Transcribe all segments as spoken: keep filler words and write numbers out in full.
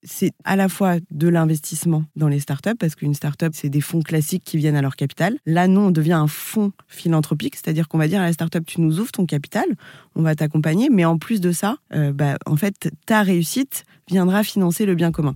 c'est à la fois de l'investissement dans les startups, parce qu'une startup, c'est des fonds classiques qui viennent à leur capital. Là, nous, on devient un fonds philanthropique, c'est-à-dire qu'on va dire à la startup, tu nous ouvres ton capital, on va t'accompagner, mais en plus de ça, euh, bah, en fait, ta réussite viendra financer le bien commun.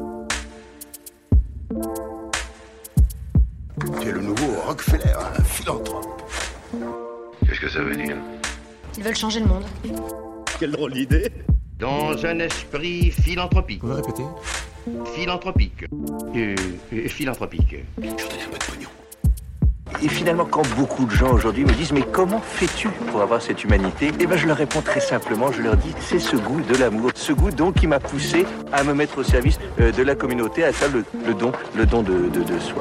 Tu es le nouveau Rockefeller, un philanthrope. Qu'est-ce que ça veut dire ? Ils veulent changer le monde. Quelle drôle d'idée. Dans un esprit philanthropique. Vous pouvez répéter ? Philanthropique. Euh, euh, philanthropique. Je vous donne un peu de pognon. Et finalement, quand beaucoup de gens aujourd'hui me disent « Mais comment fais-tu pour avoir cette humanité ?» Eh bien, je leur réponds très simplement, je leur dis « C'est ce goût de l'amour. Ce goût, donc, qui m'a poussé à me mettre au service euh, de la communauté, à faire le, le don, le don de, de, de soi. »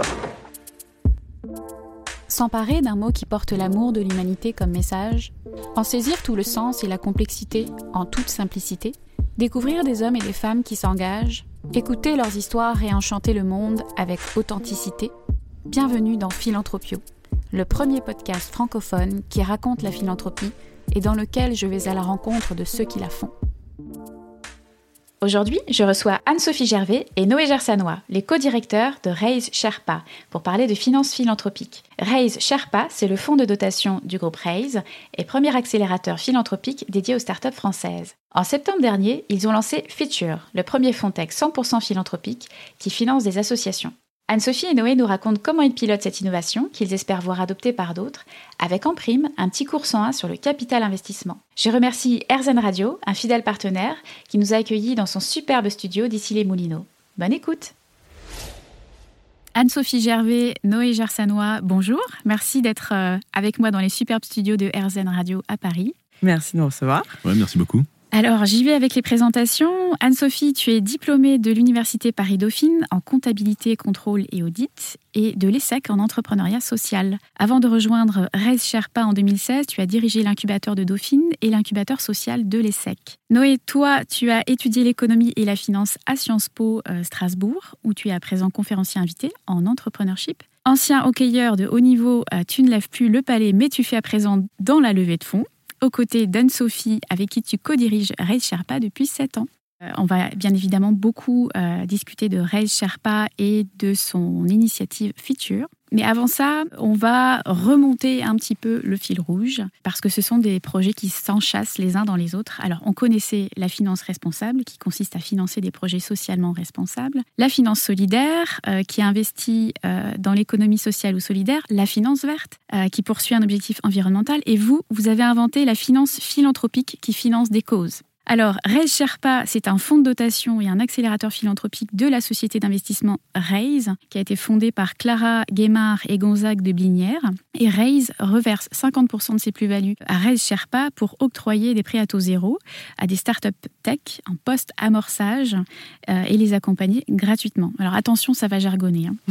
S'emparer d'un mot qui porte l'amour de l'humanité comme message, en saisir tout le sens et la complexité en toute simplicité, découvrir des hommes et des femmes qui s'engagent, écouter leurs histoires et enchanter le monde avec authenticité. Bienvenue dans Philanthropio, le premier podcast francophone qui raconte la philanthropie et dans lequel je vais à la rencontre de ceux qui la font. Aujourd'hui, je reçois Anne-Sophie Gervais et Noé Gersanois, les co-directeurs de Raise Sherpa, pour parler de finances philanthropiques. Raise Sherpa, c'est le fonds de dotation du groupe Raise et premier accélérateur philanthropique dédié aux startups françaises. En septembre dernier, ils ont lancé Feature, le premier fonds tech cent pour cent philanthropique qui finance des associations. Anne-Sophie et Noé nous racontent comment ils pilotent cette innovation, qu'ils espèrent voir adoptée par d'autres, avec en prime un petit cours cent un sur le capital investissement. Je remercie RZN Radio, un fidèle partenaire, qui nous a accueillis dans son superbe studio d'Issy-les-Moulineaux. Bonne écoute. Anne-Sophie Gervais, Noé Gersanois, bonjour. Merci d'être avec moi dans les superbes studios de RZN Radio à Paris. Merci de nous recevoir. Ouais, merci beaucoup. Alors, j'y vais avec les présentations. Anne-Sophie, tu es diplômée de l'Université Paris-Dauphine en comptabilité, contrôle et audit et de l'E S S E C en entrepreneuriat social. Avant de rejoindre Raise Sherpa en deux mille seize, tu as dirigé l'incubateur de Dauphine et l'incubateur social de l'E S S E C. Noé, toi, tu as étudié l'économie et la finance à Sciences Po euh, Strasbourg, où tu es à présent conférencier invité en entrepreneurship. Ancien hockeyeur de haut niveau, euh, tu ne lèves plus le palais, mais tu fais à présent dans la levée de fonds, aux côtés d'Anne-Sophie, avec qui tu co-diriges Raise Sherpa depuis sept ans. Euh, on va bien évidemment beaucoup euh, discuter de Raise Sherpa et de son initiative Feature. Mais avant ça, on va remonter un petit peu le fil rouge, parce que ce sont des projets qui s'enchâssent les uns dans les autres. Alors, on connaissait la finance responsable, qui consiste à financer des projets socialement responsables. La finance solidaire, euh, qui investit euh, dans l'économie sociale ou solidaire. La finance verte, euh, qui poursuit un objectif environnemental. Et vous, vous avez inventé la finance philanthropique, qui finance des causes. Alors, Raise Sherpa, c'est un fonds de dotation et un accélérateur philanthropique de la société d'investissement Raise, qui a été fondé par Clara Guémard et Gonzague de Blinière. Et Raise reverse cinquante pour cent de ses plus-values à Raise Sherpa pour octroyer des prêts à taux zéro à des startups tech en post-amorçage euh, et les accompagner gratuitement. Alors attention, ça va jargonner. Hein.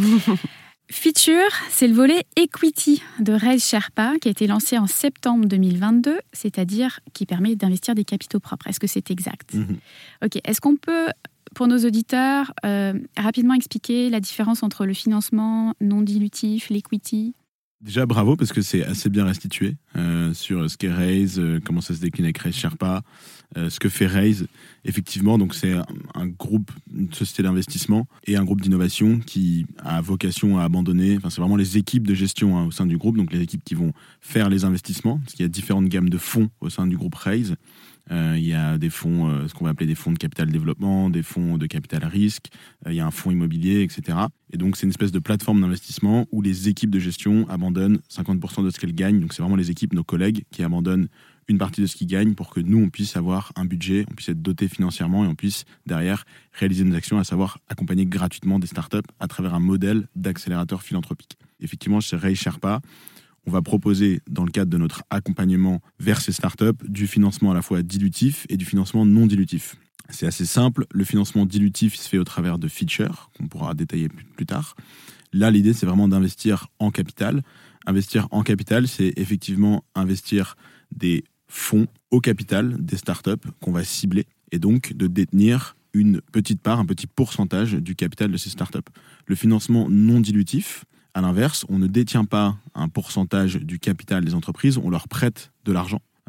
Feature, c'est le volet Equity de Raise Sherpa qui a été lancé en septembre deux mille vingt-deux, c'est-à-dire qui permet d'investir des capitaux propres. Est-ce que c'est exact ? mmh. Ok. Est-ce qu'on peut, pour nos auditeurs, euh, rapidement expliquer la différence entre le financement non dilutif, l'equity ? Déjà, bravo, parce que c'est assez bien restitué euh, sur ce qu'est Raise, euh, comment ça se décline avec Raise Sherpa, euh, ce que fait Raise. Effectivement, donc c'est un, un groupe, une société d'investissement et un groupe d'innovation qui a vocation à abandonner. Enfin, c'est vraiment les équipes de gestion hein, au sein du groupe, donc les équipes qui vont faire les investissements, parce qu'il y a différentes gammes de fonds au sein du groupe Raise. Euh, il y a des fonds, euh, ce qu'on va appeler des fonds de capital développement, des fonds de capital risque, euh, il y a un fonds immobilier, et cetera. Et donc, c'est une espèce de plateforme d'investissement où les équipes de gestion abandonnent cinquante pour cent de ce qu'elles gagnent. Donc, c'est vraiment les équipes, nos collègues, qui abandonnent une partie de ce qu'ils gagnent pour que nous, on puisse avoir un budget, on puisse être doté financièrement et on puisse, derrière, réaliser nos actions, à savoir accompagner gratuitement des startups à travers un modèle d'accélérateur philanthropique. Effectivement, chez Raise Sherpa, on va proposer, dans le cadre de notre accompagnement vers ces startups, du financement à la fois dilutif et du financement non dilutif. C'est assez simple. Le financement dilutif se fait au travers de Feature, qu'on pourra détailler plus tard. Là, l'idée, c'est vraiment d'investir en capital. Investir en capital, c'est effectivement investir des fonds au capital des startups qu'on va cibler et donc de détenir une petite part, un petit pourcentage du capital de ces startups. Le financement non dilutif, à l'inverse, on ne détient pas un pourcentage du capital des entreprises, on leur prête de l'argent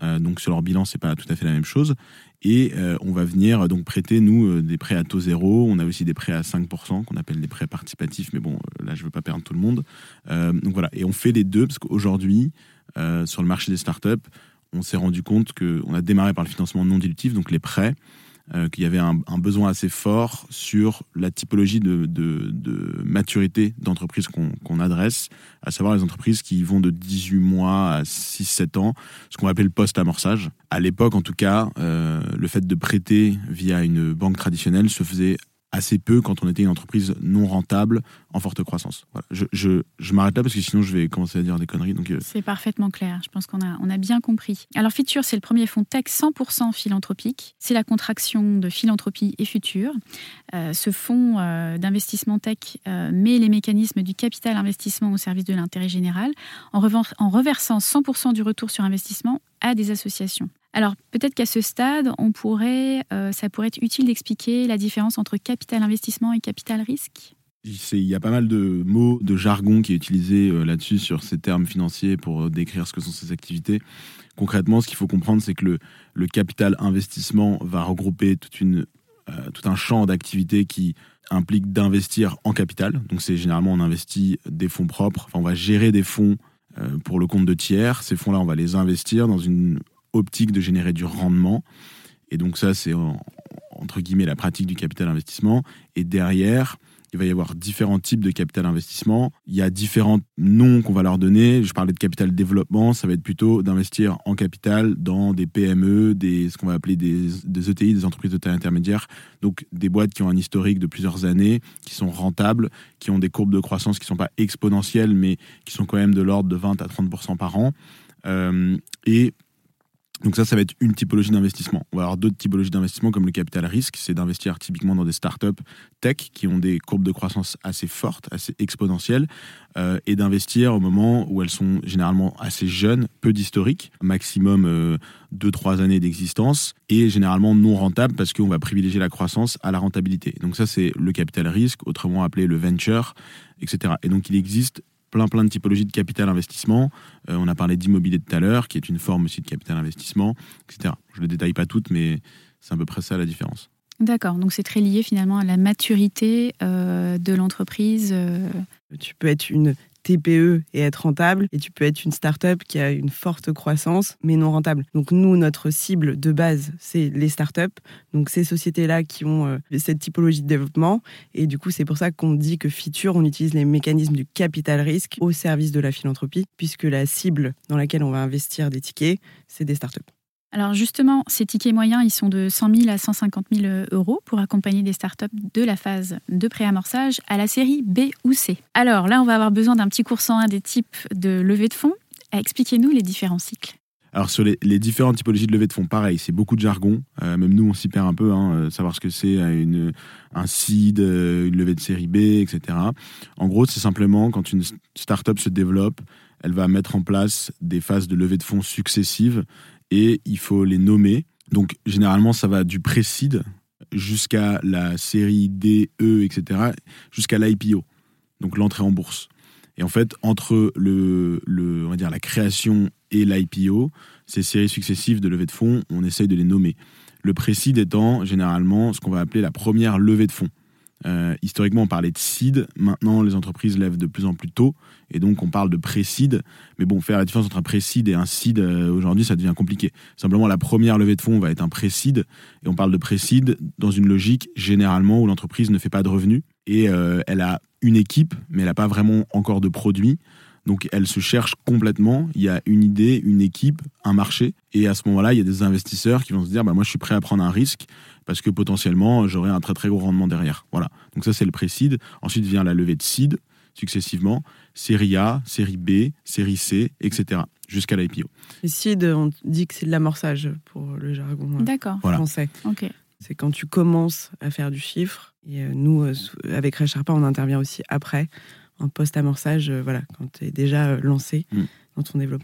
Euh, donc sur leur bilan, c'est pas tout à fait la même chose. Et euh, on va venir donc prêter, nous, euh, des prêts à taux zéro. On a aussi des prêts à cinq pour cent, qu'on appelle des prêts participatifs. Mais bon, euh, là, je veux pas perdre tout le monde. Euh, donc voilà. Et on fait les deux, parce qu'aujourd'hui, euh, sur le marché des startups, on s'est rendu compte qu'on a démarré par le financement non dilutif, donc les prêts, euh, qu'il y avait un, un besoin assez fort sur la typologie de, de, de maturité d'entreprise qu'on, qu'on adresse, à savoir les entreprises qui vont de dix-huit mois à six sept ans, ce qu'on appelle le post-amorçage. À l'époque, en tout cas, euh, le fait de prêter via une banque traditionnelle se faisait assez peu quand on était une entreprise non rentable en forte croissance. Voilà. Je, je, je m'arrête là parce que sinon je vais commencer à dire des conneries. Donc, euh... C'est parfaitement clair. Je pense qu'on a, on a bien compris. Alors Feature, c'est le premier fonds tech cent pour cent philanthropique. C'est la contraction de Philanthropie et Futur. Euh, ce fonds euh, d'investissement tech euh, met les mécanismes du capital investissement au service de l'intérêt général en, revan- en reversant cent pour cent du retour sur investissement à des associations. Alors, peut-être qu'à ce stade, on pourrait, euh, ça pourrait être utile d'expliquer la différence entre capital investissement et capital risque. Il y a pas mal de mots, de jargon qui est utilisé euh, là-dessus, sur ces termes financiers pour euh, décrire ce que sont ces activités. Concrètement, ce qu'il faut comprendre, c'est que le, le capital investissement va regrouper toute une, euh, tout un champ d'activités qui implique d'investir en capital. Donc, c'est généralement, on investit des fonds propres. Enfin, on va gérer des fonds euh, pour le compte de tiers. Ces fonds-là, on va les investir dans une optique de générer du rendement. Et donc ça, c'est en, entre guillemets la pratique du capital investissement. Et derrière, il va y avoir différents types de capital investissement. Il y a différents noms qu'on va leur donner. Je parlais de capital développement, ça va être plutôt d'investir en capital dans des P M E, des, ce qu'on va appeler des, des E T I, des entreprises de taille intermédiaire. Donc des boîtes qui ont un historique de plusieurs années, qui sont rentables, qui ont des courbes de croissance qui ne sont pas exponentielles, mais qui sont quand même de l'ordre de vingt à trente pour cent par an. Euh, et Donc ça, ça va être une typologie d'investissement. On va avoir d'autres typologies d'investissement comme le capital risque, c'est d'investir typiquement dans des startups tech qui ont des courbes de croissance assez fortes, assez exponentielles, euh, et d'investir au moment où elles sont généralement assez jeunes, peu d'historique, maximum euh, deux à trois années d'existence, et généralement non rentables parce qu'on va privilégier la croissance à la rentabilité. Donc ça, c'est le capital risque, autrement appelé le venture, et cetera. Et donc il existe plein plein de typologies de capital investissement. Euh, on a parlé d'immobilier tout à l'heure, qui est une forme aussi de capital investissement, et cetera. Je ne les détaille pas toutes, mais c'est à peu près ça la différence. D'accord, donc c'est très lié finalement à la maturité euh, de l'entreprise. Euh... Tu peux être une T P E et être rentable, et tu peux être une start-up qui a une forte croissance, mais non rentable. Donc nous, notre cible de base, c'est les start-up, donc ces sociétés-là qui ont euh, cette typologie de développement, et du coup, c'est pour ça qu'on dit que Feature, on utilise les mécanismes du capital risque au service de la philanthropie, puisque la cible dans laquelle on va investir des tickets, c'est des start-up. Alors justement, ces tickets moyens, ils sont de cent mille à cent cinquante mille euros pour accompagner des startups de la phase de préamorçage à la série B ou C. Alors là, on va avoir besoin d'un petit cours cent un des types de levée de fonds. Expliquez-nous les différents cycles. Alors sur les, les différentes typologies de levée de fonds, pareil, c'est beaucoup de jargon. Euh, même nous, on s'y perd un peu, hein, euh, savoir ce que c'est une, un seed, euh, une levée de série B, et cetera. En gros, c'est simplement quand une startup se développe, elle va mettre en place des phases de levée de fonds successives, et il faut les nommer. Donc, généralement, ça va du pré-seed jusqu'à la série D, E, et cetera, jusqu'à l'I P O, donc l'entrée en bourse. Et en fait, entre le, le, on va dire, la création et l'I P O, ces séries successives de levée de fonds, on essaye de les nommer. Le pré-seed étant généralement ce qu'on va appeler la première levée de fonds. Euh, historiquement, on parlait de seed. Maintenant, les entreprises lèvent de plus en plus tôt. Et donc, on parle de pré-seed. Mais bon, faire la différence entre un pré-seed et un seed, euh, aujourd'hui, ça devient compliqué. Simplement, la première levée de fonds va être un pré-seed. Et on parle de pré-seed dans une logique, généralement, où l'entreprise ne fait pas de revenus. Et euh, elle a une équipe, mais elle n'a pas vraiment encore de produit. Donc, elle se cherche complètement. Il y a une idée, une équipe, un marché. Et à ce moment-là, il y a des investisseurs qui vont se dire bah, « moi, je suis prêt à prendre un risque parce que potentiellement, j'aurai un très, très gros rendement derrière. » Voilà. Donc ça, c'est le pré-seed. Ensuite vient la levée de seed, successivement. Série A, série B, série C, et cetera. Jusqu'à l'I P O. Le seed, on dit que c'est de l'amorçage pour le jargon D'accord. français. Voilà. Ok. C'est quand tu commences à faire du chiffre. Et nous, avec Ray Sherpa, on intervient aussi après, en post-amorçage, voilà, quand tu es déjà lancé mmh. dans ton développement.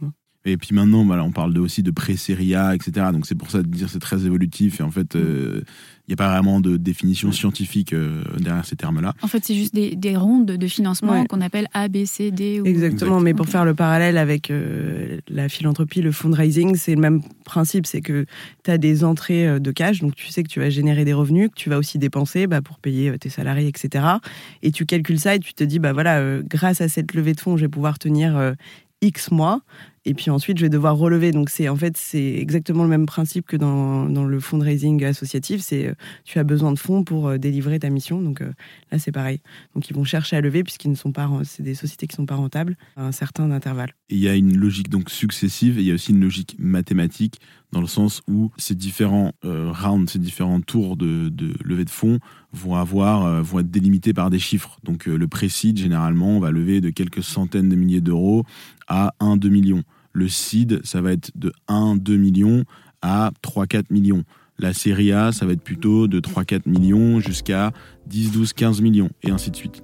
Et puis maintenant, voilà, on parle de, aussi de pré-série A, et cetera. Donc c'est pour ça de dire que c'est très évolutif. Et en fait, il euh, n'y a pas vraiment de définition scientifique euh, derrière ces termes-là. En fait, c'est juste des, des rondes de financement Ouais. qu'on appelle A, B, C, D. Ou... Exactement, mais pour Okay. faire le parallèle avec euh, la philanthropie, le fundraising, c'est le même principe, c'est que tu as des entrées de cash, donc tu sais que tu vas générer des revenus, que tu vas aussi dépenser bah, pour payer tes salariés, et cetera. Et tu calcules ça et tu te dis, bah voilà, euh, grâce à cette levée de fonds, je vais pouvoir tenir euh, X mois, et puis ensuite je vais devoir relever. Donc c'est en fait c'est exactement le même principe que dans, dans le fundraising associatif, c'est euh, tu as besoin de fonds pour euh, délivrer ta mission. Donc euh, là c'est pareil. Donc ils vont chercher à lever puisqu'ils ne sont pas c'est des sociétés qui sont pas rentables à un certain intervalle. Et il y a une logique donc successive et il y a aussi une logique mathématique dans le sens où ces différents euh, rounds, ces différents tours de, de levée de fonds vont avoir euh, vont être délimités par des chiffres. Donc euh, le pré-seed généralement on va lever de quelques centaines de milliers d'euros à un à deux millions. Le seed, ça va être de un à deux millions à trois à quatre millions. La série A, ça va être plutôt de trois à quatre millions jusqu'à dix, douze, quinze millions, et ainsi de suite.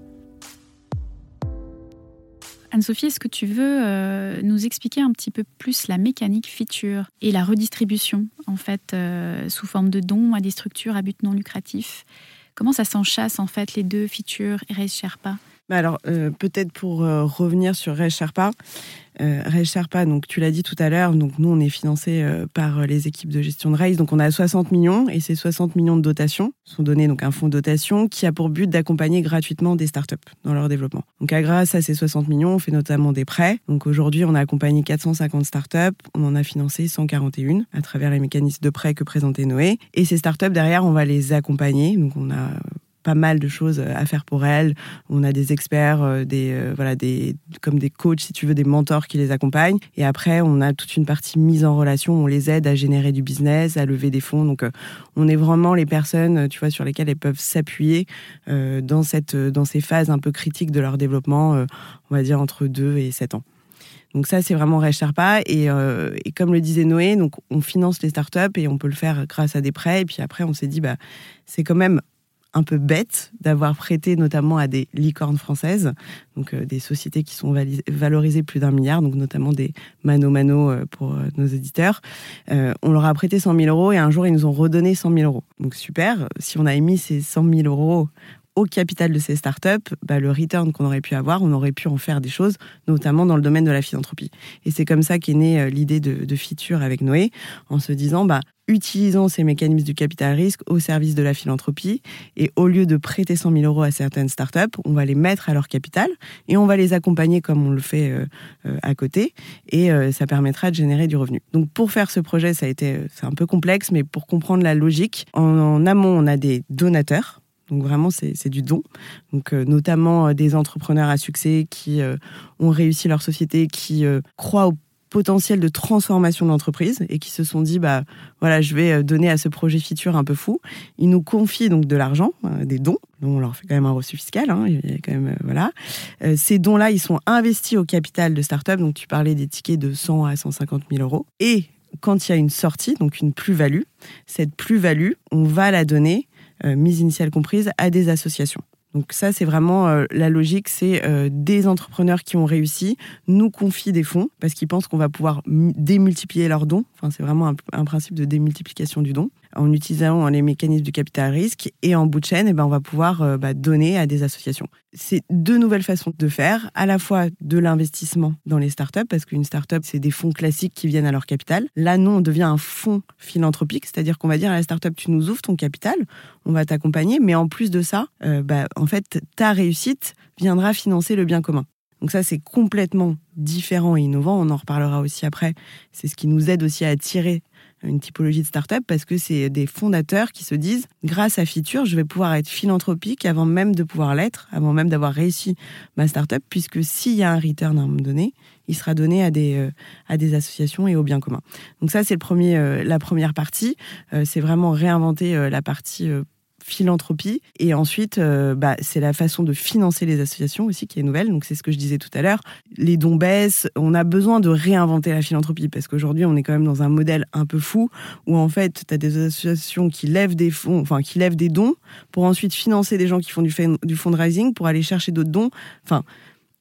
Anne-Sophie, est-ce que tu veux euh, nous expliquer un petit peu plus la mécanique feature et la redistribution, en fait, euh, sous forme de dons à des structures à but non lucratif ? Comment ça s'enchasse, en fait, les deux features et Raise Sherpa ? Alors, euh, peut-être pour euh, revenir sur Raise Sherpa, euh, Raise Sherpa, donc tu l'as dit tout à l'heure, donc nous on est financé euh, par les équipes de gestion de Raise, donc on a soixante millions et ces soixante millions de dotations sont donnés donc un fonds de dotation qui a pour but d'accompagner gratuitement des startups dans leur développement. Donc à grâce à ces soixante millions, on fait notamment des prêts. Donc aujourd'hui, on a accompagné quatre cent cinquante startups, on en a financé cent quarante et un à travers les mécanismes de prêts que présentait Noé. Et ces startups derrière, on va les accompagner. Donc on a pas mal de choses à faire pour elles. On a des experts, des euh, voilà, des comme des coachs, si tu veux, des mentors qui les accompagnent. Et après, on a toute une partie mise en relation. On les aide à générer du business, à lever des fonds. Donc, euh, on est vraiment les personnes, tu vois, sur lesquelles elles peuvent s'appuyer euh, dans cette dans ces phases un peu critiques de leur développement. Euh, on va dire entre deux et sept ans. Donc ça, c'est vraiment Raise Sherpa. Et, euh, et comme le disait Noé, donc on finance les startups et on peut le faire grâce à des prêts. Et puis après, on s'est dit, bah, c'est quand même un peu bête d'avoir prêté notamment à des licornes françaises, donc euh, des sociétés qui sont vali- valorisées plus d'un milliard, donc notamment des Mano Mano euh, pour euh, nos éditeurs. Euh, on leur a prêté cent mille euros et un jour, ils nous ont redonné cent mille euros. Donc super, si on avait mis ces cent mille euros au capital de ces startups, bah, le return qu'on aurait pu avoir, on aurait pu en faire des choses, notamment dans le domaine de la philanthropie. Et c'est comme ça qu'est née euh, l'idée de, de Feature avec Noé, en se disant, bah, utilisons ces mécanismes du capital risque au service de la philanthropie, et au lieu de prêter cent mille euros à certaines startups, on va les mettre à leur capital, et on va les accompagner comme on le fait euh, euh, à côté, et euh, ça permettra de générer du revenu. Donc pour faire ce projet, ça a été, c'est un peu complexe, mais pour comprendre la logique, en, en amont, on a des donateurs. Donc vraiment, c'est, c'est du don. Donc euh, notamment euh, des entrepreneurs à succès qui euh, ont réussi leur société, qui euh, croient au potentiel de transformation de l'entreprise et qui se sont dit, bah voilà, je vais donner à ce projet Feature un peu fou. Ils nous confient donc de l'argent, euh, des dons. Donc on leur fait quand même un reçu fiscal. Hein, il y a quand même, euh, voilà. Euh, ces dons-là, ils sont investis au capital de start-up. Donc tu parlais des tickets de cent à cent cinquante mille euros. Et quand il y a une sortie, donc une plus-value, cette plus-value, on va la donner Euh, mise initiale comprise, à des associations. Donc ça, c'est vraiment euh, la logique, c'est euh, des entrepreneurs qui ont réussi, nous confient des fonds, parce qu'ils pensent qu'on va pouvoir m- démultiplier leurs dons. Enfin, c'est vraiment un, un principe de démultiplication du don, en utilisant les mécanismes du capital risque, et en bout de chaîne, eh ben, on va pouvoir euh, bah, donner à des associations. C'est deux nouvelles façons de faire, à la fois de l'investissement dans les startups, parce qu'une startup, c'est des fonds classiques qui viennent à leur capital. Là, nous, on devient un fonds philanthropique, c'est-à-dire qu'on va dire à la startup, tu nous ouvres ton capital, on va t'accompagner, mais en plus de ça, euh, bah, en fait, ta réussite viendra financer le bien commun. Donc ça, c'est complètement différent et innovant. On en reparlera aussi après. C'est ce qui nous aide aussi à attirer une typologie de start-up, parce que c'est des fondateurs qui se disent, grâce à Feature, je vais pouvoir être philanthropique avant même de pouvoir l'être, avant même d'avoir réussi ma start-up, puisque s'il y a un return à un moment donné, il sera donné à des, euh, à des associations et au bien commun. Donc ça, c'est le premier, euh, la première partie. Euh, c'est vraiment réinventer euh, la partie euh, philanthropie. Et ensuite, euh, bah, c'est la façon de financer les associations aussi qui est nouvelle. Donc, c'est ce que je disais tout à l'heure. Les dons baissent. On a besoin de réinventer la philanthropie parce qu'aujourd'hui, on est quand même dans un modèle un peu fou où, en fait, tu as des associations qui lèvent des fonds, enfin, qui lèvent des dons pour ensuite financer des gens qui font du, du fundraising pour aller chercher d'autres dons. Enfin,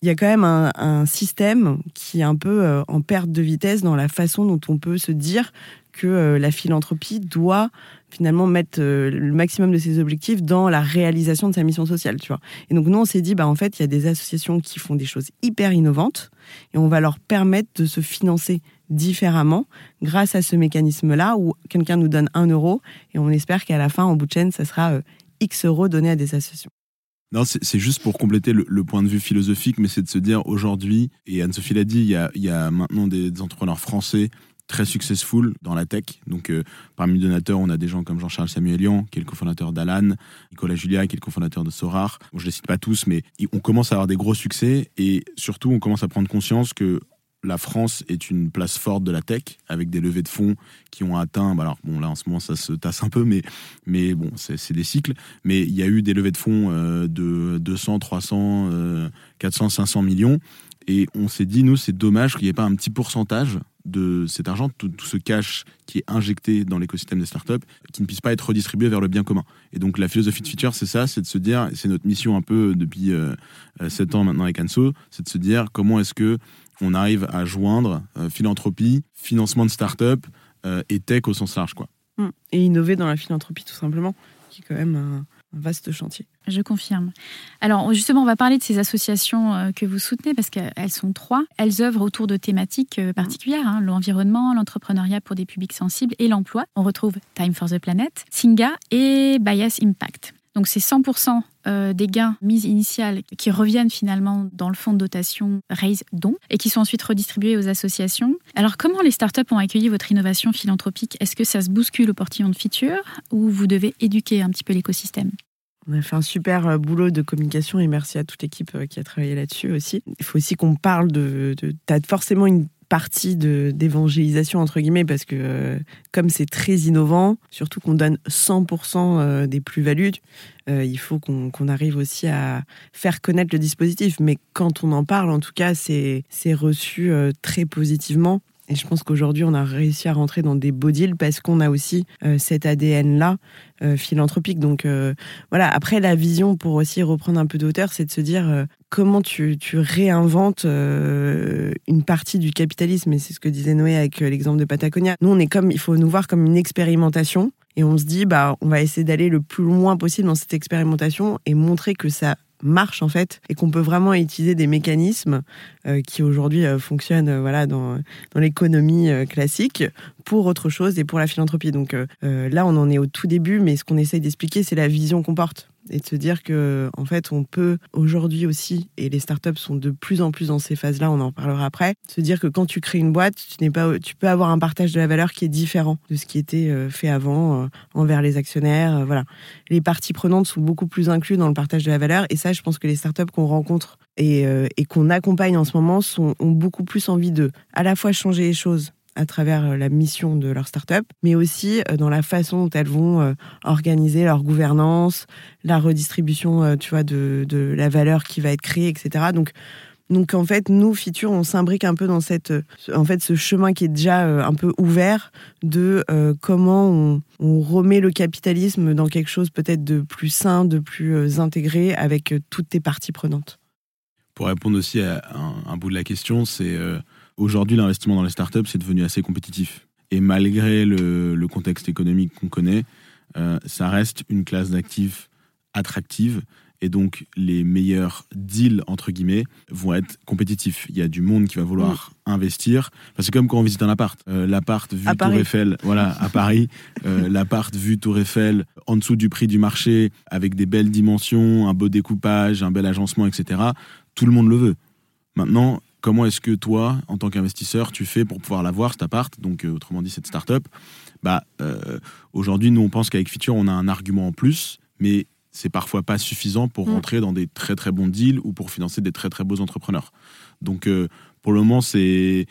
il y a quand même un, un système qui est un peu euh, en perte de vitesse dans la façon dont on peut se dire que euh, la philanthropie doit finalement mettre euh, le maximum de ses objectifs dans la réalisation de sa mission sociale, tu vois. Et donc nous, on s'est dit, bah en fait, il y a des associations qui font des choses hyper innovantes et on va leur permettre de se financer différemment grâce à ce mécanisme-là où quelqu'un nous donne un euro et on espère qu'à la fin, en bout de chaîne, ça sera euh, X euros donnés à des associations. Non, c'est, c'est juste pour compléter le, le point de vue philosophique, mais c'est de se dire aujourd'hui, et Anne-Sophie l'a dit, il y a, il y a maintenant des, des entrepreneurs français très successful dans la tech. Donc, euh, parmi les donateurs, on a des gens comme Jean-Charles Samuelian, qui est le cofondateur d'Alan, Nicolas Julia, qui est le cofondateur de Sorar. Bon, je les cite pas tous, mais on commence à avoir des gros succès et surtout, on commence à prendre conscience que la France est une place forte de la tech, avec des levées de fonds qui ont atteint, bah alors bon là en ce moment ça se tasse un peu, mais, mais bon c'est, c'est des cycles, mais il y a eu des levées de fonds euh, de deux cents, trois cents, euh, quatre cents, cinq cents millions, et on s'est dit nous c'est dommage qu'il n'y ait pas un petit pourcentage de cet argent, tout, tout ce cash qui est injecté dans l'écosystème des startups, qui ne puisse pas être redistribué vers le bien commun. Et donc la philosophie de Feature, c'est ça, c'est de se dire, c'est notre mission un peu depuis euh, sept ans maintenant avec Anso, c'est de se dire comment est-ce que on arrive à joindre euh, philanthropie, financement de start-up euh, et tech au sens large, quoi. Et innover dans la philanthropie, tout simplement, qui est quand même un, un vaste chantier. Je confirme. Alors justement, on va parler de ces associations euh, que vous soutenez, parce qu'elles sont trois. Elles œuvrent autour de thématiques euh, particulières, hein, l'environnement, l'entrepreneuriat pour des publics sensibles et l'emploi. On retrouve Time for the Planet, Singa et Bias Impact. Donc c'est cent pour cent des gains mis initiales qui reviennent finalement dans le fonds de dotation Raise Don et qui sont ensuite redistribués aux associations. Alors comment les startups ont accueilli votre innovation philanthropique ? Est-ce que ça se bouscule au portillon de Feature ou vous devez éduquer un petit peu l'écosystème ? On a fait un super boulot de communication et merci à toute l'équipe qui a travaillé là-dessus aussi. Il faut aussi qu'on parle de... de t'as forcément une partie de, d'évangélisation, entre guillemets, parce que euh, comme c'est très innovant, surtout qu'on donne cent pour cent des plus-values, euh, il faut qu'on, qu'on arrive aussi à faire connaître le dispositif. Mais quand on en parle, en tout cas, c'est, c'est reçu euh, très positivement. Et je pense qu'aujourd'hui, on a réussi à rentrer dans des beaux deals parce qu'on a aussi euh, cet A D N-là euh, philanthropique. Donc euh, voilà, après, la vision, pour aussi reprendre un peu de hauteur, c'est de se dire euh, comment tu, tu réinventes euh, une partie du capitalisme. Et c'est ce que disait Noé avec l'exemple de Patagonia. Nous, on est comme, il faut nous voir comme une expérimentation. Et on se dit, bah, on va essayer d'aller le plus loin possible dans cette expérimentation et montrer que ça marche en fait et qu'on peut vraiment utiliser des mécanismes euh, qui aujourd'hui euh, fonctionnent euh, voilà dans dans l'économie euh, classique pour autre chose et pour la philanthropie. Donc euh, là on en est au tout début, mais ce qu'on essaye d'expliquer c'est la vision qu'on porte et de se dire que en fait on peut aujourd'hui aussi, et les startups sont de plus en plus dans ces phases-là, on en parlera après, se dire que quand tu crées une boîte, tu n'es pas, tu peux avoir un partage de la valeur qui est différent de ce qui était fait avant euh, envers les actionnaires. Euh, voilà, les parties prenantes sont beaucoup plus incluses dans le partage de la valeur, et ça, je pense que les startups qu'on rencontre et, euh, et qu'on accompagne en ce moment sont, ont beaucoup plus envie de à la fois changer les choses à travers la mission de leur start-up, mais aussi dans la façon dont elles vont organiser leur gouvernance, la redistribution, tu vois, de, de la valeur qui va être créée, et cetera. Donc, donc en fait, nous, Feature, on s'imbrique un peu dans cette, en fait, ce chemin qui est déjà un peu ouvert de euh, comment on, on remet le capitalisme dans quelque chose peut-être de plus sain, de plus intégré, avec toutes tes parties prenantes. Pour répondre aussi à un, un bout de la question, c'est... Euh... Aujourd'hui, l'investissement dans les startups, c'est devenu assez compétitif. Et malgré le, le contexte économique qu'on connaît, euh, ça reste une classe d'actifs attractive. Et donc, les meilleurs deals, entre guillemets, vont être compétitifs. Il y a du monde qui va vouloir mmh. investir. Enfin, c'est comme quand on visite un appart. Euh, l'appart vu Tour Eiffel, voilà, à Paris. euh, l'appart vu Tour Eiffel, en dessous du prix du marché, avec des belles dimensions, un beau découpage, un bel agencement, et cetera. Tout le monde le veut. Maintenant, comment est-ce que toi, en tant qu'investisseur, tu fais pour pouvoir l'avoir, cet appart, donc euh, autrement dit cette start-up ? Bah, euh, aujourd'hui, nous, on pense qu'avec Feature, on a un argument en plus, mais c'est parfois pas suffisant pour mmh. rentrer dans des très très bons deals ou pour financer des très très beaux entrepreneurs. Donc, euh, pour le moment, c'est,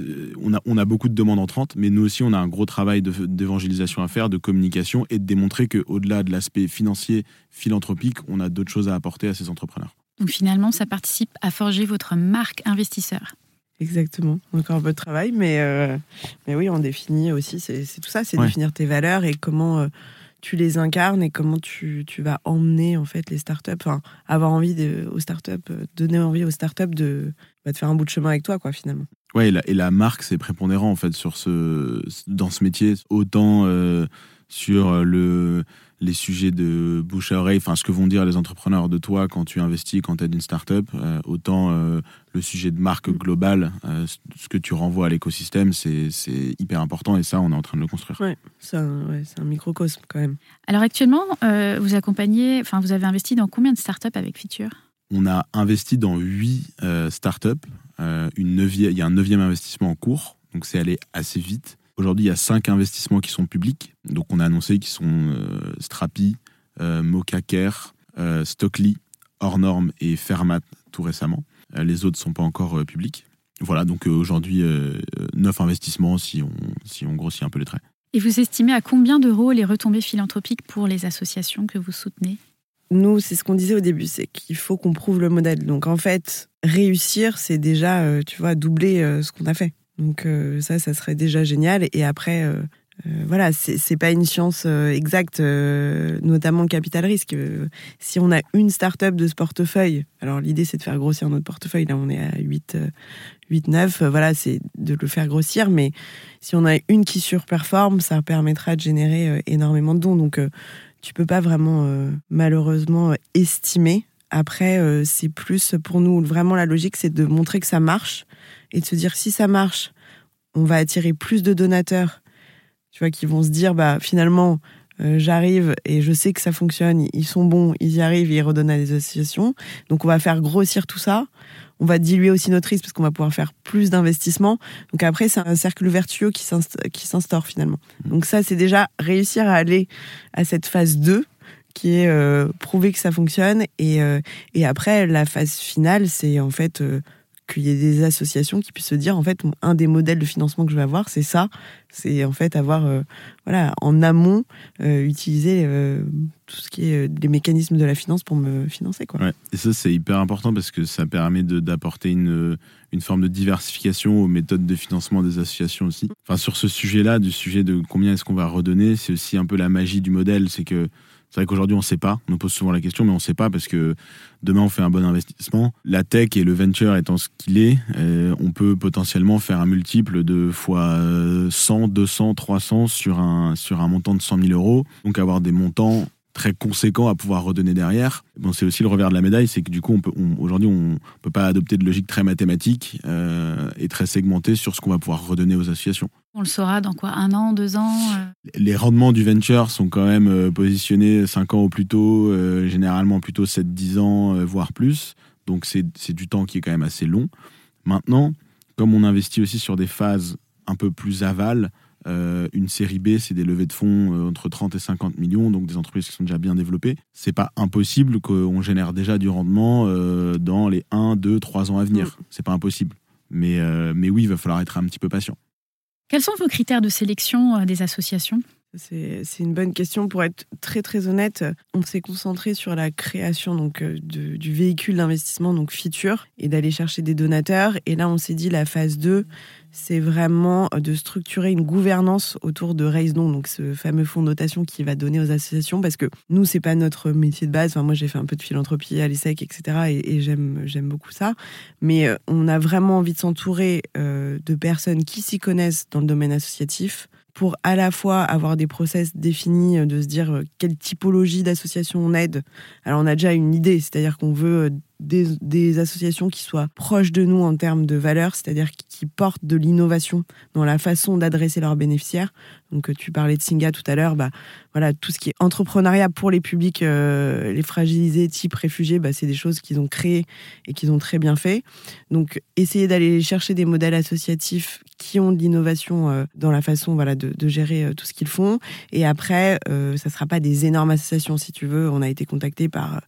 on a, on a beaucoup de demandes entrantes, mais nous aussi, on a un gros travail de, d'évangélisation à faire, de communication et de démontrer qu'au-delà de l'aspect financier, philanthropique, on a d'autres choses à apporter à ces entrepreneurs. Donc finalement, ça participe à forger votre marque investisseur. Exactement. Encore un peu de travail, mais, euh, mais oui, on définit aussi, c'est, c'est tout ça, c'est ouais. définir tes valeurs et comment euh, tu les incarnes et comment tu, tu vas emmener en fait les startups, enfin avoir envie de, aux startups, donner envie aux startups de, bah, de faire un bout de chemin avec toi, quoi, finalement. Ouais, et la, et la marque, c'est prépondérant en fait sur ce, dans ce métier, autant euh, sur le, les sujets de bouche à oreille, enfin ce que vont dire les entrepreneurs de toi quand tu investis, quand tu aides une start-up, euh, autant euh, le sujet de marque globale, euh, ce que tu renvoies à l'écosystème, c'est, c'est hyper important et ça, on est en train de le construire. Ouais, c'est un, ouais, c'est un microcosme quand même. Alors actuellement, euh, vous accompagnez, enfin vous avez investi dans combien de startups avec Feature ? On a investi dans huit euh, startups. Euh, une neuvième, il y a un neuvième investissement en cours, donc c'est allé assez vite. Aujourd'hui, il y a cinq investissements qui sont publics. Donc, on a annoncé qu'ils sont euh, Strapi, euh, Mocacare, euh, Stockly, Hors-Norme et Fermat tout récemment. Euh, les autres ne sont pas encore euh, publics. Voilà, donc euh, aujourd'hui, euh, neuf investissements si on, si on grossit un peu les traits. Et vous estimez à combien d'euros les retombées philanthropiques pour les associations que vous soutenez ? Nous, c'est ce qu'on disait au début, c'est qu'il faut qu'on prouve le modèle. Donc en fait, réussir, c'est déjà, euh, tu vois, doubler euh, ce qu'on a fait. Donc euh, ça, ça serait déjà génial. Et après, euh, euh, voilà, c'est, c'est pas une science euh, exacte, euh, notamment le capital risque. Euh, si on a une start-up de ce portefeuille, alors l'idée c'est de faire grossir notre portefeuille. Là, on est à huit, neuf, euh, voilà, c'est de le faire grossir. Mais si on a une qui surperforme, ça permettra de générer euh, énormément de dons. Donc euh, tu peux pas vraiment, euh, malheureusement, euh, estimer. Après, euh, c'est plus, pour nous, vraiment la logique, c'est de montrer que ça marche et de se dire, si ça marche, on va attirer plus de donateurs, tu vois, qui vont se dire, bah, finalement, euh, j'arrive et je sais que ça fonctionne, ils sont bons, ils y arrivent, ils redonnent à des associations. Donc, on va faire grossir tout ça. On va diluer aussi notre risque parce qu'on va pouvoir faire plus d'investissements. Donc après, c'est un cercle vertueux qui s'instaure, qui s'instaure finalement. Donc ça, c'est déjà réussir à aller à cette phase deux qui est euh, prouver que ça fonctionne. Et, euh, et après, la phase finale, c'est en fait euh, qu'il y ait des associations qui puissent se dire, en fait, un des modèles de financement que je vais avoir, c'est ça. C'est en fait avoir, euh, voilà, en amont, euh, utiliser euh, tout ce qui est euh, les mécanismes de la finance pour me financer, quoi. Ouais. Et ça, c'est hyper important parce que ça permet de, d'apporter une, une forme de diversification aux méthodes de financement des associations aussi. Enfin, sur ce sujet-là, du sujet de combien est-ce qu'on va redonner, c'est aussi un peu la magie du modèle. C'est que c'est vrai qu'aujourd'hui, on ne sait pas. On nous pose souvent la question, mais on ne sait pas parce que demain, on fait un bon investissement. La tech et le venture étant ce qu'il est, euh, on peut potentiellement faire un multiple de fois cent, deux cents, trois cents sur un, sur un montant de cent mille euros. Donc, avoir des montants très conséquents à pouvoir redonner derrière. Bon, c'est aussi le revers de la médaille, c'est que du coup, on peut, on, aujourd'hui, on ne peut pas adopter de logique très mathématique euh, et très segmentée sur ce qu'on va pouvoir redonner aux associations. On le saura dans quoi ? Un an, deux ans euh... Les rendements du venture sont quand même euh, positionnés cinq ans au plus tôt, euh, généralement plutôt sept dix ans, euh, voire plus. Donc c'est, c'est du temps qui est quand même assez long. Maintenant, comme on investit aussi sur des phases un peu plus aval, euh, une série B, c'est des levées de fonds euh, entre trente et cinquante millions, donc des entreprises qui sont déjà bien développées. C'est pas impossible qu'on génère déjà du rendement euh, dans les un, deux, trois ans à venir. Mmh. C'est pas impossible. Mais, euh, mais oui, il va falloir être un petit peu patient. Quels sont vos critères de sélection des associations ? C'est, c'est une bonne question. Pour être très très honnête, on s'est concentré sur la création donc, de, du véhicule d'investissement, donc Feature, et d'aller chercher des donateurs. Et là, on s'est dit la phase deux, c'est vraiment de structurer une gouvernance autour de Raise Non, donc ce fameux fonds de notation qui va donner aux associations, parce que nous, c'est pas notre métier de base. Enfin, moi, j'ai fait un peu de philanthropie à l'ESSEC, et cetera, et, et j'aime, j'aime beaucoup ça. Mais euh, on a vraiment envie de s'entourer euh, de personnes qui s'y connaissent dans le domaine associatif, pour à la fois avoir des process définis, de se dire quelle typologie d'association on aide. Alors on a déjà une idée, c'est-à-dire qu'on veut des, des associations qui soient proches de nous en termes de valeurs, c'est-à-dire qui portent de l'innovation dans la façon d'adresser leurs bénéficiaires. Donc tu parlais de Singa tout à l'heure, bah, voilà, tout ce qui est entrepreneuriat pour les publics, euh, les fragilisés, type réfugiés, bah, c'est des choses qu'ils ont créées et qu'ils ont très bien fait. Donc essayer d'aller chercher des modèles associatifs qui ont de l'innovation euh, dans la façon voilà, de, de gérer euh, tout ce qu'ils font. Et après, euh, ça ne sera pas des énormes associations, si tu veux. On a été contacté par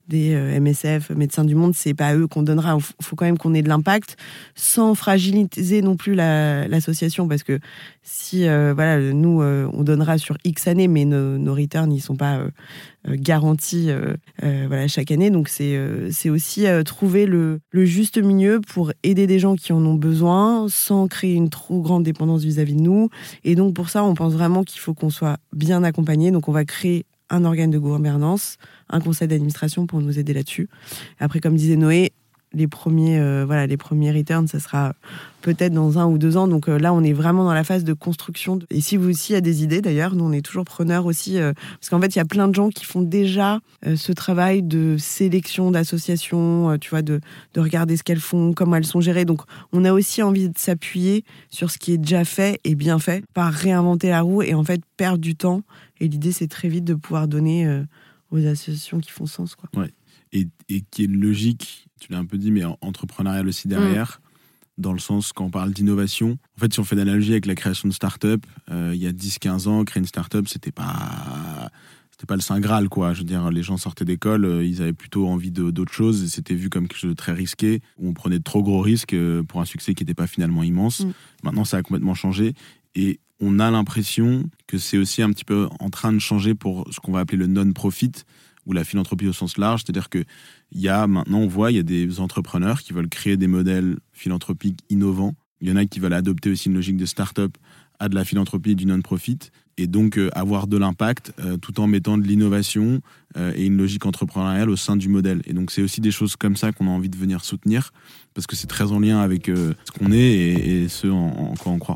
des euh, M S F, Médecins du Monde, c'est pas à eux qu'on donnera. Il faut quand même qu'on ait de l'impact sans fragiliser non plus la, l'association, parce que si euh, voilà, nous euh, on donnera sur X années, mais nos, nos returns ils sont pas euh, euh, garantis euh, euh, voilà, chaque année. Donc c'est, euh, c'est aussi euh, trouver le, le juste milieu pour aider des gens qui en ont besoin sans créer une trop grande dépendance vis-à-vis de nous. Et donc pour ça, on pense vraiment qu'il faut qu'on soit bien accompagné. Donc on va créer un organe de gouvernance, un conseil d'administration pour nous aider là-dessus. Après, comme disait Noé, les premiers, euh, voilà, les premiers returns, ça sera peut-être dans un ou deux ans. Donc euh, là, on est vraiment dans la phase de construction. Et si vous aussi avez des idées, d'ailleurs, nous, on est toujours preneurs aussi. Euh, parce qu'en fait, il y a plein de gens qui font déjà euh, ce travail de sélection d'associations, euh, tu vois, de, de regarder ce qu'elles font, comment elles sont gérées. Donc, on a aussi envie de s'appuyer sur ce qui est déjà fait et bien fait, pas réinventer la roue et en fait perdre du temps. Et l'idée, c'est très vite de pouvoir donner euh, aux associations qui font sens, quoi. Ouais. Et, et qui est logique, tu l'as un peu dit, mais entrepreneurial aussi derrière, mmh. dans le sens, quand on parle d'innovation, en fait, si on fait l'analogie avec la création de start-up, euh, il y a dix quinze ans, créer une start-up, c'était pas, c'était pas le Saint Graal, quoi. Je veux dire, les gens sortaient d'école, euh, ils avaient plutôt envie de, d'autres choses, et c'était vu comme quelque chose de très risqué, où on prenait de trop gros risques euh, pour un succès qui n'était pas finalement immense. Mmh. Maintenant, ça a complètement changé, et on a l'impression que c'est aussi un petit peu en train de changer pour ce qu'on va appeler le non-profit, ou la philanthropie au sens large, c'est-à-dire que il y a maintenant, on voit, il y a des entrepreneurs qui veulent créer des modèles philanthropiques innovants. Il y en a qui veulent adopter aussi une logique de start-up à de la philanthropie et du non-profit, et donc euh, avoir de l'impact euh, tout en mettant de l'innovation euh, et une logique entrepreneuriale au sein du modèle. Et donc c'est aussi des choses comme ça qu'on a envie de venir soutenir, parce que c'est très en lien avec euh, ce qu'on est et, et ce en, en quoi on croit.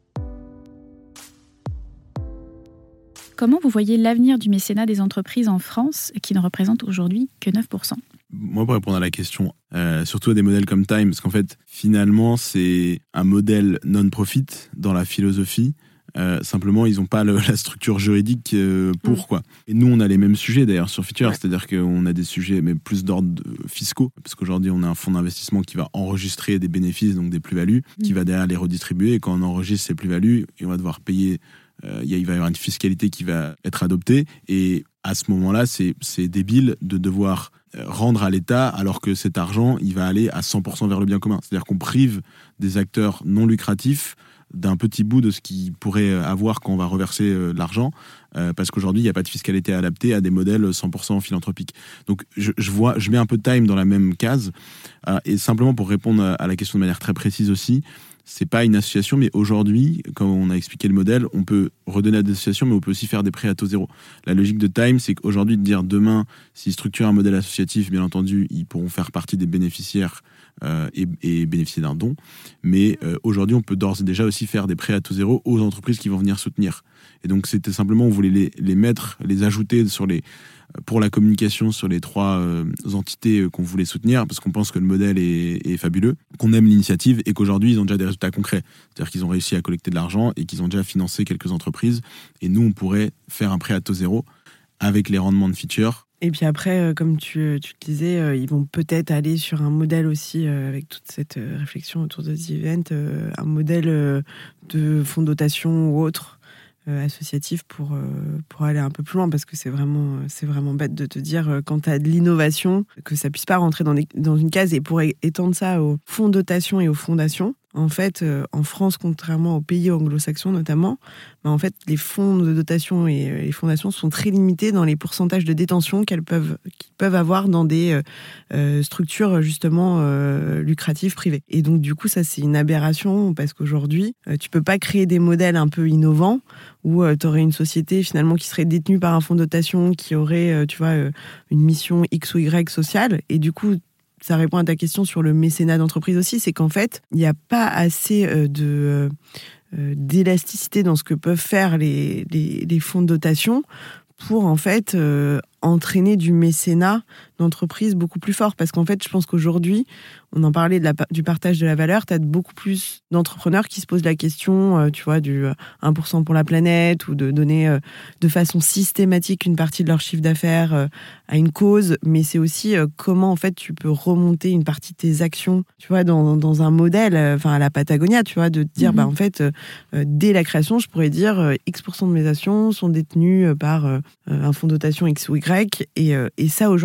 Comment vous voyez l'avenir du mécénat des entreprises en France, qui ne représente aujourd'hui que neuf pour cent ? Moi, pour répondre à la question, euh, surtout à des modèles comme Time, parce qu'en fait, finalement, c'est un modèle non-profit dans la philosophie. Euh, simplement, ils n'ont pas le, la structure juridique euh, pour, mmh. quoi. Et nous, on a les mêmes sujets, d'ailleurs, sur Feature, ouais. C'est-à-dire qu'on a des sujets, mais plus d'ordre fiscaux, parce qu'aujourd'hui, on a un fonds d'investissement qui va enregistrer des bénéfices, donc des plus-values, mmh. qui va derrière les redistribuer, et quand on enregistre ces plus-values, on va devoir payer... Euh, il va y avoir une fiscalité qui va être adoptée, et à ce moment-là, c'est, c'est débile de devoir rendre à l'État alors que cet argent, il va aller à cent pour cent vers le bien commun. C'est-à-dire qu'on prive des acteurs non lucratifs d'un petit bout de ce qu'ils pourraient avoir quand on va reverser euh, l'argent, euh, parce qu'aujourd'hui, il n'y a pas de fiscalité adaptée à des modèles cent pour cent philanthropiques. Donc, je, je, vois, je mets un peu de Time dans la même case, euh, et simplement pour répondre à la question de manière très précise aussi, c'est pas une association, mais aujourd'hui, quand on a expliqué le modèle, on peut redonner à des associations, mais on peut aussi faire des prêts à taux zéro. La logique de Time, c'est qu'aujourd'hui, de dire demain, s'ils structurent un modèle associatif, bien entendu, ils pourront faire partie des bénéficiaires euh, et, et bénéficier d'un don. Mais euh, aujourd'hui, on peut d'ores et déjà aussi faire des prêts à taux zéro aux entreprises qui vont venir soutenir. Et donc, c'était simplement, on voulait les, les mettre, les ajouter sur les... pour la communication sur les trois euh, entités qu'on voulait soutenir, parce qu'on pense que le modèle est, est fabuleux, qu'on aime l'initiative et qu'aujourd'hui, ils ont déjà des résultats concrets. C'est-à-dire qu'ils ont réussi à collecter de l'argent et qu'ils ont déjà financé quelques entreprises. Et nous, on pourrait faire un prêt à taux zéro avec les rendements de Feature. Et puis après, comme tu, tu te disais, ils vont peut-être aller sur un modèle aussi, avec toute cette réflexion autour de The Event, un modèle de fonds de dotation ou autre, Euh, associatif pour, euh, pour aller un peu plus loin, parce que c'est vraiment, c'est vraiment bête de te dire, euh, quand tu as de l'innovation, que ça puisse pas rentrer dans, des, dans une case. Et pour étendre ça aux fonds de dotation et aux fondations, en fait, euh, en France, contrairement aux pays anglo-saxons notamment, bah, en fait, les fonds de dotation et euh, les fondations sont très limités dans les pourcentages de détention qu'elles peuvent, qu'ils peuvent avoir dans des euh, euh, structures justement euh, lucratives privées. Et donc, du coup, ça, c'est une aberration, parce qu'aujourd'hui, euh, tu peux pas créer des modèles un peu innovants où euh, tu aurais une société finalement qui serait détenue par un fonds de dotation qui aurait, euh, tu vois, euh, une mission X ou Y sociale. Et du coup, ça répond à ta question sur le mécénat d'entreprise aussi, c'est qu'en fait, il n'y a pas assez euh, de, euh, d'élasticité dans ce que peuvent faire les, les, les fonds de dotation pour en fait euh, entraîner du mécénat d'entreprise beaucoup plus fort. Parce qu'en fait, je pense qu'aujourd'hui, on en parlait de la, du partage de la valeur, tu as beaucoup plus d'entrepreneurs qui se posent la question, euh, tu vois, du un pour cent pour la planète, ou de donner euh, de façon systématique une partie de leur chiffre d'affaires euh, à une cause. Mais c'est aussi euh, comment, en fait, tu peux remonter une partie de tes actions, tu vois, dans, dans un modèle, enfin, euh, à la Patagonia, tu vois, de te dire, mmh. bah, en fait, euh, dès la création, je pourrais dire, euh, X pour cent de mes actions sont détenues par euh, un fonds de dotation X ou Y. Et, euh, et ça, aujourd'hui, c'est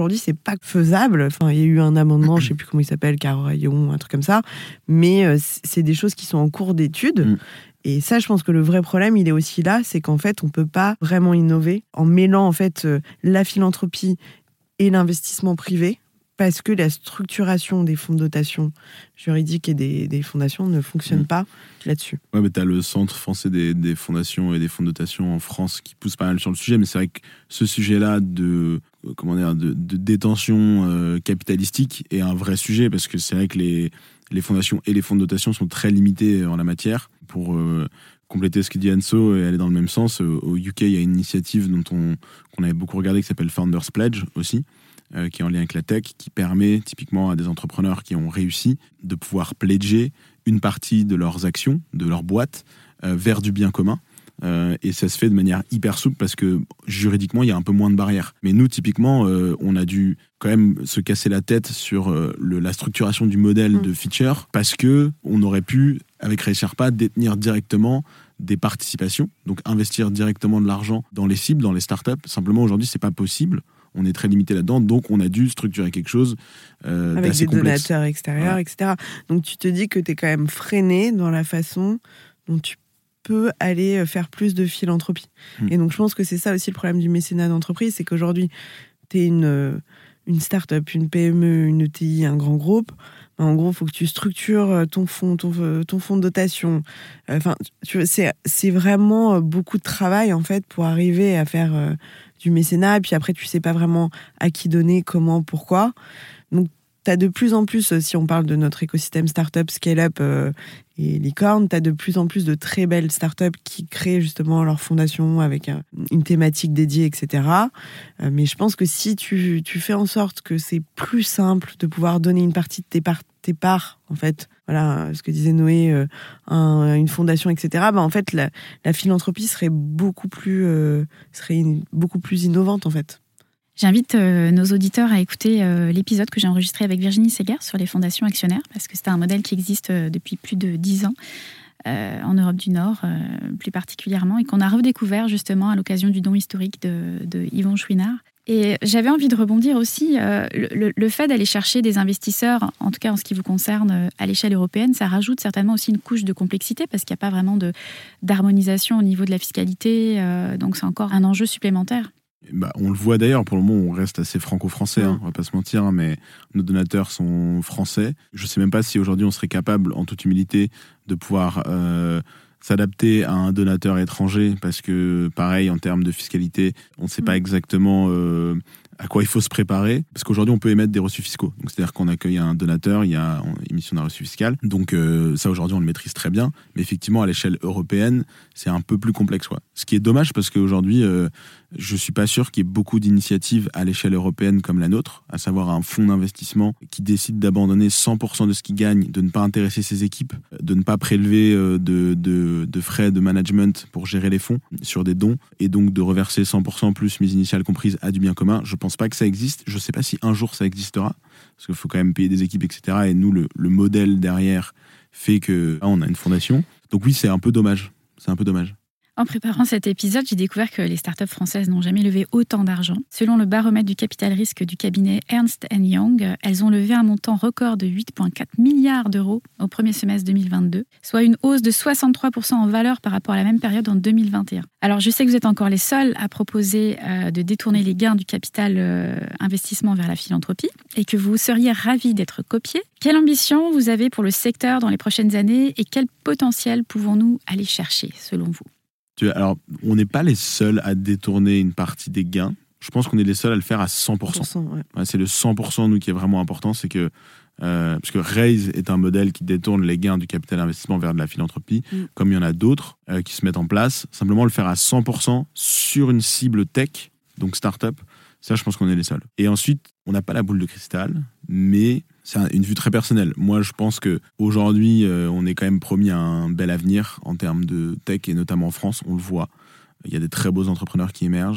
pas faisable. Enfin, il y a eu un amendement, je sais plus comment il s'appelle, Carayon, un truc comme ça. Mais euh, c'est des choses qui sont en cours d'étude. Mm. Et ça, je pense que le vrai problème, il est aussi là, c'est qu'en fait, on peut pas vraiment innover en mêlant en fait euh, la philanthropie et l'investissement privé, parce que la structuration des fonds de dotation juridiques et des, des fondations ne fonctionne mmh. pas là-dessus. Ouais, mais tu as le Centre français des, des fondations et des fonds de dotation en France qui pousse pas mal sur le sujet, mais c'est vrai que ce sujet-là de, comment dire, de, de détention euh, capitalistique est un vrai sujet, parce que c'est vrai que les, les fondations et les fonds de dotation sont très limités en la matière. Pour euh, compléter ce que dit Anso et aller dans le même sens, euh, au U K, il y a une initiative dont on, qu'on avait beaucoup regardé qui s'appelle Founders Pledge aussi, Euh, qui est en lien avec la tech, qui permet typiquement à des entrepreneurs qui ont réussi de pouvoir pledger une partie de leurs actions, de leur boîte, euh, vers du bien commun. Euh, et ça se fait de manière hyper souple parce que juridiquement, il y a un peu moins de barrières. Mais nous, typiquement, euh, on a dû quand même se casser la tête sur euh, le, la structuration du modèle mmh. de feature, parce que on aurait pu, avec Raise Sherpa, détenir directement des participations, donc investir directement de l'argent dans les cibles, dans les startups. Simplement, aujourd'hui, c'est pas possible. On est très limité là-dedans, donc on a dû structurer quelque chose euh, avec d'assez des complexe. Donateurs extérieurs, ouais. et cetera. Donc tu te dis que tu es quand même freiné dans la façon dont tu peux aller faire plus de philanthropie. Mmh. Et donc je pense que c'est ça aussi le problème du mécénat d'entreprise, c'est qu'aujourd'hui, tu es une, une start-up, une P M E, une E T I, un grand groupe. En gros, il faut que tu structures ton fonds, ton, ton fonds de dotation. Enfin, tu vois, c'est, c'est vraiment beaucoup de travail, en fait, pour arriver à faire euh, du mécénat. Et puis après, tu sais pas vraiment à qui donner, comment, pourquoi. Donc, tu as de plus en plus, si on parle de notre écosystème startup, scale-up euh, et licorne, tu as de plus en plus de très belles startups qui créent justement leur fondation avec un, une thématique dédiée, et cetera. Euh, mais je pense que si tu, tu fais en sorte que c'est plus simple de pouvoir donner une partie de tes, par, tes parts, en fait, voilà ce que disait Noé, euh, un, une fondation, et cetera, bah, en fait, la, la philanthropie serait beaucoup plus, euh, serait une, beaucoup plus innovante, en fait. J'invite euh, nos auditeurs à écouter euh, l'épisode que j'ai enregistré avec Virginie Seger sur les fondations actionnaires, parce que c'est un modèle qui existe euh, depuis plus de dix ans euh, en Europe du Nord, euh, plus particulièrement, et qu'on a redécouvert justement à l'occasion du don historique de, de Yvon Chouinard. Et j'avais envie de rebondir aussi, euh, le, le fait d'aller chercher des investisseurs, en tout cas en ce qui vous concerne, à l'échelle européenne, ça rajoute certainement aussi une couche de complexité, parce qu'il n'y a pas vraiment de, d'harmonisation au niveau de la fiscalité, euh, donc c'est encore un enjeu supplémentaire. Bah, on le voit d'ailleurs, pour le moment, on reste assez franco-français, hein, on va pas se mentir, hein, mais nos donateurs sont français. Je sais même pas si aujourd'hui on serait capable, en toute humilité, de pouvoir euh, s'adapter à un donateur étranger, parce que, pareil, en termes de fiscalité, on ne sait mmh. pas exactement euh, à quoi il faut se préparer, parce qu'aujourd'hui on peut émettre des reçus fiscaux. Donc c'est-à-dire qu'on accueille un donateur, il y a émission d'un reçu fiscal. Donc euh, ça aujourd'hui on le maîtrise très bien, mais effectivement à l'échelle européenne c'est un peu plus complexe, quoi. Ce qui est dommage, parce qu'aujourd'hui euh, je suis pas sûr qu'il y ait beaucoup d'initiatives à l'échelle européenne comme la nôtre, à savoir un fonds d'investissement qui décide d'abandonner cent pour cent de ce qu'il gagne, de ne pas intéresser ses équipes, de ne pas prélever de, de, de frais de management pour gérer les fonds sur des dons, et donc de reverser cent pour cent plus mise initiale comprise à du bien commun. Je pense pas que ça existe. Je sais pas si un jour ça existera, parce qu'il faut quand même payer des équipes, et cetera. Et nous, le, le modèle derrière fait que ah, on a une fondation. Donc oui, c'est un peu dommage. C'est un peu dommage. En préparant cet épisode, j'ai découvert que les startups françaises n'ont jamais levé autant d'argent. Selon le baromètre du capital risque du cabinet Ernst and Young, elles ont levé un montant record de huit virgule quatre milliards d'euros au premier semestre deux mille vingt-deux, soit une hausse de soixante-trois pour cent en valeur par rapport à la même période en deux mille vingt et un. Alors, je sais que vous êtes encore les seuls à proposer euh, de détourner les gains du capital euh, investissement vers la philanthropie, et que vous seriez ravis d'être copiés. Quelle ambition vous avez pour le secteur dans les prochaines années, et quel potentiel pouvons-nous aller chercher, selon vous ? Alors, on n'est pas les seuls à détourner une partie des gains. Je pense qu'on est les seuls à le faire à cent pour cent. cent pour cent ouais. Ouais, c'est le cent pour cent, nous, qui est vraiment important. C'est que, euh, parce que Raise est un modèle qui détourne les gains du capital investissement vers de la philanthropie, mm. comme il y en a d'autres euh, qui se mettent en place. Simplement, le faire à cent pour cent sur une cible tech, donc start-up, ça, je pense qu'on est les seuls. Et ensuite, on n'a pas la boule de cristal, mais c'est une vue très personnelle. Moi, je pense qu'aujourd'hui, euh, on est quand même promis à un bel avenir en termes de tech, et notamment en France, on le voit. Il y a des très beaux entrepreneurs qui émergent.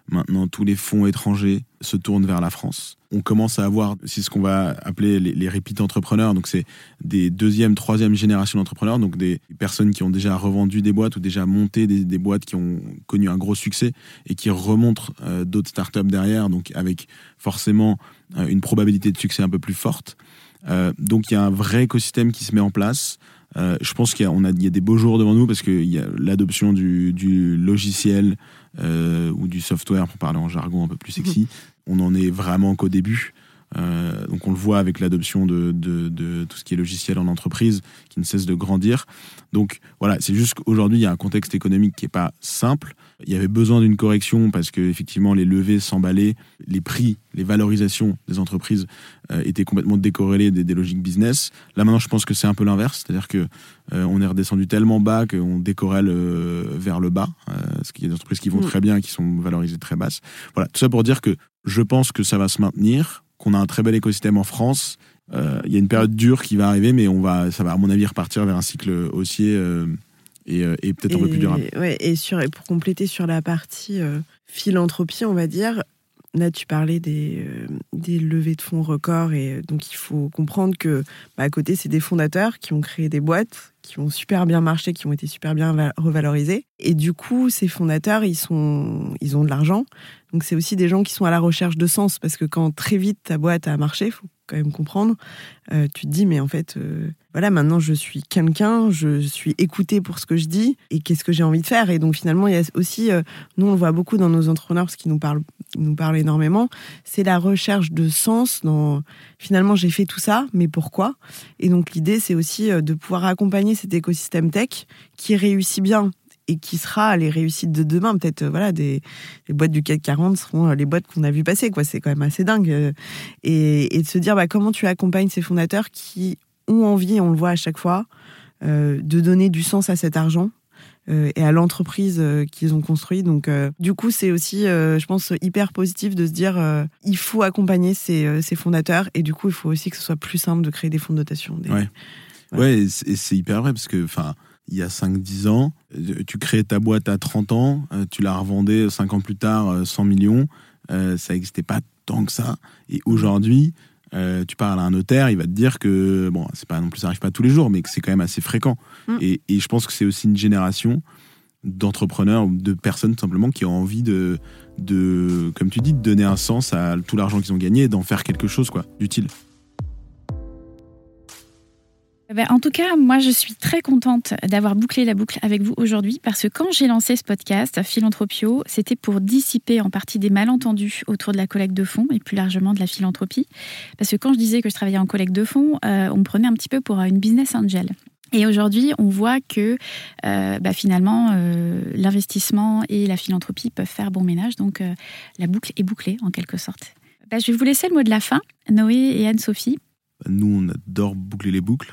Maintenant, tous les fonds étrangers se tournent vers la France. On commence à avoir, c'est ce qu'on va appeler les, les repeat entrepreneurs. Donc, c'est des deuxième, troisième génération d'entrepreneurs. Donc, des personnes qui ont déjà revendu des boîtes ou déjà monté des, des boîtes qui ont connu un gros succès et qui remontent euh, d'autres startups derrière. Donc, avec forcément euh, une probabilité de succès un peu plus forte. Euh, donc, il y a un vrai écosystème qui se met en place. Euh, je pense qu'il y a, on a, il y a des beaux jours devant nous parce qu'il y a l'adoption du, du logiciel euh, ou du software, pour parler en jargon un peu plus sexy. Mmh. On en est vraiment qu'au début. Euh, donc on le voit avec l'adoption de, de, de tout ce qui est logiciel en entreprise qui ne cesse de grandir. Donc voilà, c'est juste qu'aujourd'hui il y a un contexte économique qui n'est pas simple. Il y avait besoin d'une correction parce que effectivement les levées s'emballaient, les prix, les valorisations des entreprises euh, étaient complètement décorrélées des, des logiques business. Là maintenant je pense que c'est un peu l'inverse, c'est-à-dire que euh, on est redescendu tellement bas qu'on décorrèle euh, vers le bas, euh, parce qu'il y a des entreprises qui vont mmh. très bien et qui sont valorisées très basses. Voilà, tout ça pour dire que je pense que ça va se maintenir, qu'on a un très bel écosystème en France. Il euh, y a une période dure qui va arriver, mais on va, ça va à mon avis repartir vers un cycle haussier euh, et, euh, et peut-être et, un peu plus durable. Ouais, et, sur, et pour compléter sur la partie euh, philanthropie, on va dire, là tu parlais des, euh, des levées de fonds records, et donc il faut comprendre que bah, à côté c'est des fondateurs qui ont créé des boîtes qui ont super bien marché, qui ont été super bien revalorisés. Et du coup, ces fondateurs, ils, sont, ils ont de l'argent. Donc, c'est aussi des gens qui sont à la recherche de sens. Parce que quand très vite ta boîte a marché, il faut quand même comprendre, euh, tu te dis, mais en fait, euh, voilà, maintenant, je suis quelqu'un, je suis écoutée pour ce que je dis, et qu'est-ce que j'ai envie de faire. Et donc, finalement, il y a aussi, euh, nous, on le voit beaucoup dans nos entrepreneurs, parce qu'ils nous parlent, ils nous parlent énormément, c'est la recherche de sens dans, finalement, j'ai fait tout ça, mais pourquoi ? Et donc, l'idée, c'est aussi de pouvoir accompagner cet écosystème tech qui réussit bien et qui sera les réussites de demain. Peut-être, voilà, des, les boîtes du C A C quarante seront les boîtes qu'on a vu passer, quoi. C'est quand même assez dingue. Et, et de se dire, bah, comment tu accompagnes ces fondateurs qui ont envie, on le voit à chaque fois, euh, de donner du sens à cet argent euh, et à l'entreprise euh, qu'ils ont construit. Donc, euh, du coup, c'est aussi, euh, je pense, hyper positif de se dire, euh, il faut accompagner ces, euh, ces fondateurs, et du coup, il faut aussi que ce soit plus simple de créer des fonds de dotation. Des... Ouais. Ouais, ouais, et c'est, et c'est hyper vrai parce que, enfin, il y a cinq dix ans, tu créais ta boîte à trente ans, tu la revendais cinq ans plus tard cent millions, euh, ça n'existait pas tant que ça. Et aujourd'hui, euh, tu parles à un notaire, il va te dire que, bon, c'est pas non plus, ça arrive pas tous les jours, mais que c'est quand même assez fréquent. Mmh. Et, et je pense que c'est aussi une génération d'entrepreneurs ou de personnes simplement qui ont envie de, de, comme tu dis, de donner un sens à tout l'argent qu'ils ont gagné et d'en faire quelque chose, quoi, d'utile. Ben, en tout cas, moi, je suis très contente d'avoir bouclé la boucle avec vous aujourd'hui, parce que quand j'ai lancé ce podcast, Philanthropio, c'était pour dissiper en partie des malentendus autour de la collecte de fonds et plus largement de la philanthropie. Parce que quand je disais que je travaillais en collecte de fonds, euh, on me prenait un petit peu pour une business angel. Et aujourd'hui, on voit que euh, bah, finalement, euh, l'investissement et la philanthropie peuvent faire bon ménage. Donc, euh, la boucle est bouclée, en quelque sorte. Bah, je vais vous laisser le mot de la fin, Noé et Anne-Sophie. Nous, on adore boucler les boucles.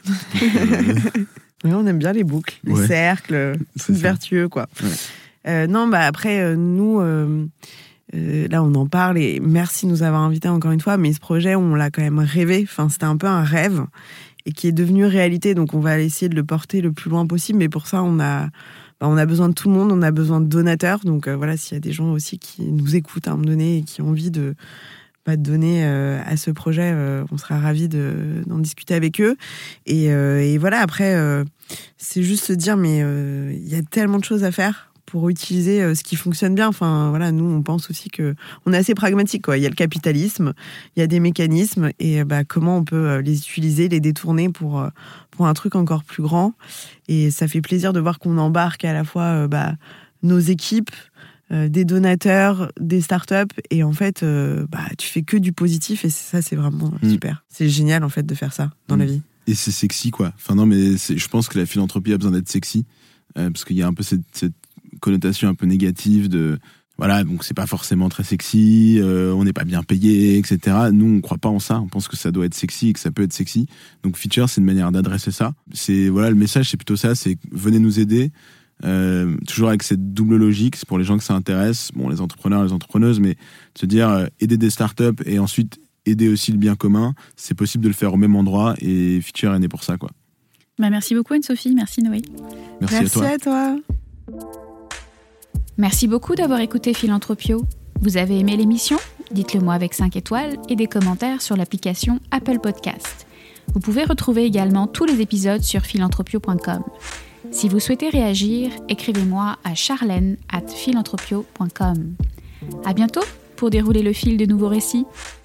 Oui, on aime bien les boucles, les ouais. cercles, c'est vertueux, quoi. Ouais. Euh, non, bah après, euh, nous, euh, euh, là, on en parle, et merci de nous avoir invités encore une fois, mais ce projet, on l'a quand même rêvé. Enfin, c'était un peu un rêve, et qui est devenu réalité, donc on va essayer de le porter le plus loin possible, mais pour ça, on a... Bah, on a besoin de tout le monde, on a besoin de donateurs, donc euh, voilà, s'il y a des gens aussi qui nous écoutent à un moment donné et qui ont envie de... Bah, de donner euh, à ce projet, euh, on sera ravis de, d'en discuter avec eux. Et, euh, et voilà, après, euh, c'est juste se dire, mais il euh, y a tellement de choses à faire pour utiliser euh, ce qui fonctionne bien. Enfin, voilà, nous, on pense aussi que on est assez pragmatique, quoi. Il y a le capitalisme, il y a des mécanismes, et bah, comment on peut les utiliser, les détourner pour, pour un truc encore plus grand. Et ça fait plaisir de voir qu'on embarque à la fois euh, bah, nos équipes, des donateurs, des startups, et en fait, euh, bah, tu fais que du positif, et ça, c'est vraiment mmh. super. C'est génial, en fait, de faire ça dans mmh. la vie. Et c'est sexy, quoi. Enfin, non, mais c'est, je pense que la philanthropie a besoin d'être sexy, euh, parce qu'il y a un peu cette, cette connotation un peu négative de, voilà, donc c'est pas forcément très sexy, euh, on n'est pas bien payé, et cetera. Nous, on croit pas en ça, on pense que ça doit être sexy et que ça peut être sexy. Donc, Feature, c'est une manière d'adresser ça. C'est, voilà, le message, c'est plutôt ça, c'est venez nous aider. Euh, toujours avec cette double logique, c'est pour les gens que ça intéresse, bon, les entrepreneurs, les entrepreneuses, mais de se dire euh, aider des startups et ensuite aider aussi le bien commun, c'est possible de le faire au même endroit, et Feature est né pour ça, quoi. Bah, merci beaucoup Anne-Sophie, merci Noé. Merci, merci à toi. à toi. Merci beaucoup d'avoir écouté Philanthropio. Vous avez aimé l'émission ? Dites-le moi avec cinq étoiles et des commentaires sur l'application Apple Podcast. Vous pouvez retrouver également tous les épisodes sur philanthropio point com. Si vous souhaitez réagir, écrivez-moi à charlène arobase philanthropio point com. À bientôt pour dérouler le fil de nouveaux récits.